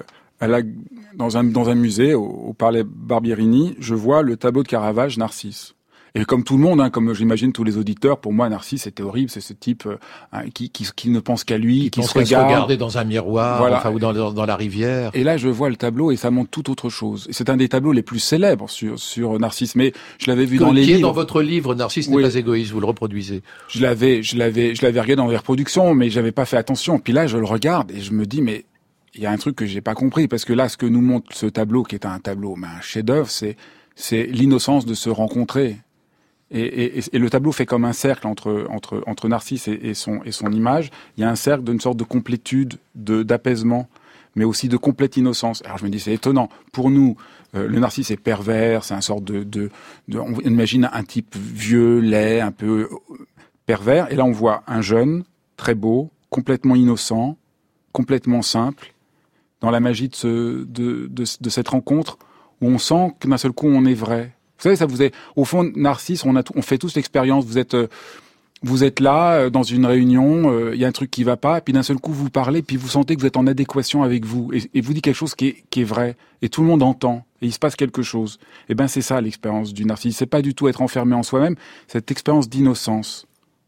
dans un musée, au Palais Barbierini, je vois le tableau de Caravage, Narcisse. Et comme tout le monde, comme j'imagine tous les auditeurs, pour moi, Narcisse, c'était horrible. C'est ce type qui ne pense qu'à lui, qui se regarder dans un miroir, voilà. Ou dans la rivière. Et là, je vois le tableau et ça montre tout autre chose. Et c'est un des tableaux les plus célèbres sur Narcisse. Mais je l'avais vu dans les livres. Dans votre livre, Narcisse n'est pas égoïste, vous le reproduisez. Je l'avais regardé dans les reproductions, mais j'avais pas fait attention. Puis là, je le regarde et je me dis, mais il y a un truc que j'ai pas compris, parce que là, ce que nous montre ce tableau, qui est un tableau, un chef-d'œuvre, c'est l'innocence de se rencontrer. Et le tableau fait comme un cercle entre Narcisse et son image. Il y a un cercle d'une sorte de complétude, d'apaisement, mais aussi de complète innocence. Alors je me dis, c'est étonnant. Pour nous, le Narcisse est pervers, c'est un sorte on imagine un type vieux, laid, un peu pervers. Et là, on voit un jeune, très beau, complètement innocent, complètement simple, dans la magie de cette rencontre, où on sent que d'un seul coup, on est vrai. Vous savez, au fond, Narcisse, on fait tous l'expérience. Vous êtes là, dans une réunion, il y a un truc qui va pas, et puis d'un seul coup, vous parlez, puis vous sentez que vous êtes en adéquation avec vous, et vous dites quelque chose qui est vrai, et tout le monde entend, et il se passe quelque chose. Et ben, c'est ça, l'expérience du Narcisse. C'est pas du tout être enfermé en soi-même, cette expérience d'innocence.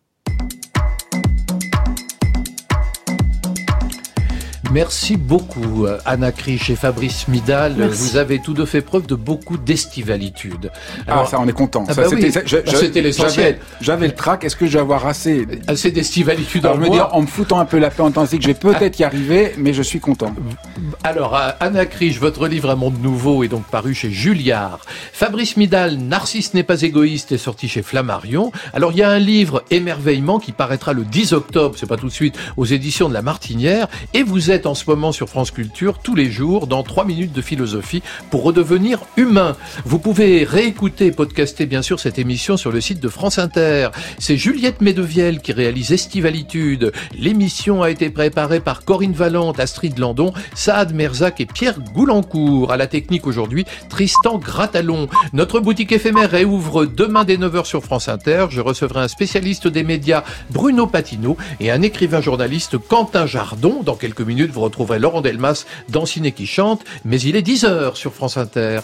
Merci beaucoup, Anna Krisch et Fabrice Midal. Merci. Vous avez tous deux fait preuve de beaucoup d'estivalitude. Alors, ça, on est content. C'était l'essentiel. J'avais le trac. Est-ce que je vais avoir assez d'estivalitude en moi? En me foutant un peu la paix en temps, c'est que je vais peut-être y arriver, mais je suis content. Alors, Anna Krisch, votre livre Un monde nouveau est donc paru chez Julliard. Fabrice Midal, Narcisse n'est pas égoïste, est sorti chez Flammarion. Alors, il y a un livre, Émerveillement, qui paraîtra le 10 octobre, c'est pas tout de suite, aux éditions de La Martinière. Et vous êtes en ce moment sur France Culture, tous les jours, dans 3 minutes de philosophie pour redevenir humain. Vous pouvez réécouter et podcaster, bien sûr, cette émission sur le site de France Inter. C'est Juliette Medevielle qui réalise Estivalitude. L'émission a été préparée par Corinne Valente, Astrid Landon, Saad Merzac et Pierre Goulancourt. À la technique aujourd'hui, Tristan Gratalon. Notre boutique éphémère réouvre demain dès 9h sur France Inter. Je recevrai un spécialiste des médias, Bruno Patino, et un écrivain journaliste, Quentin Jardon. Dans quelques minutes, vous retrouverez Laurent Delmas dans Ciné qui chante, mais il est 10h sur France Inter.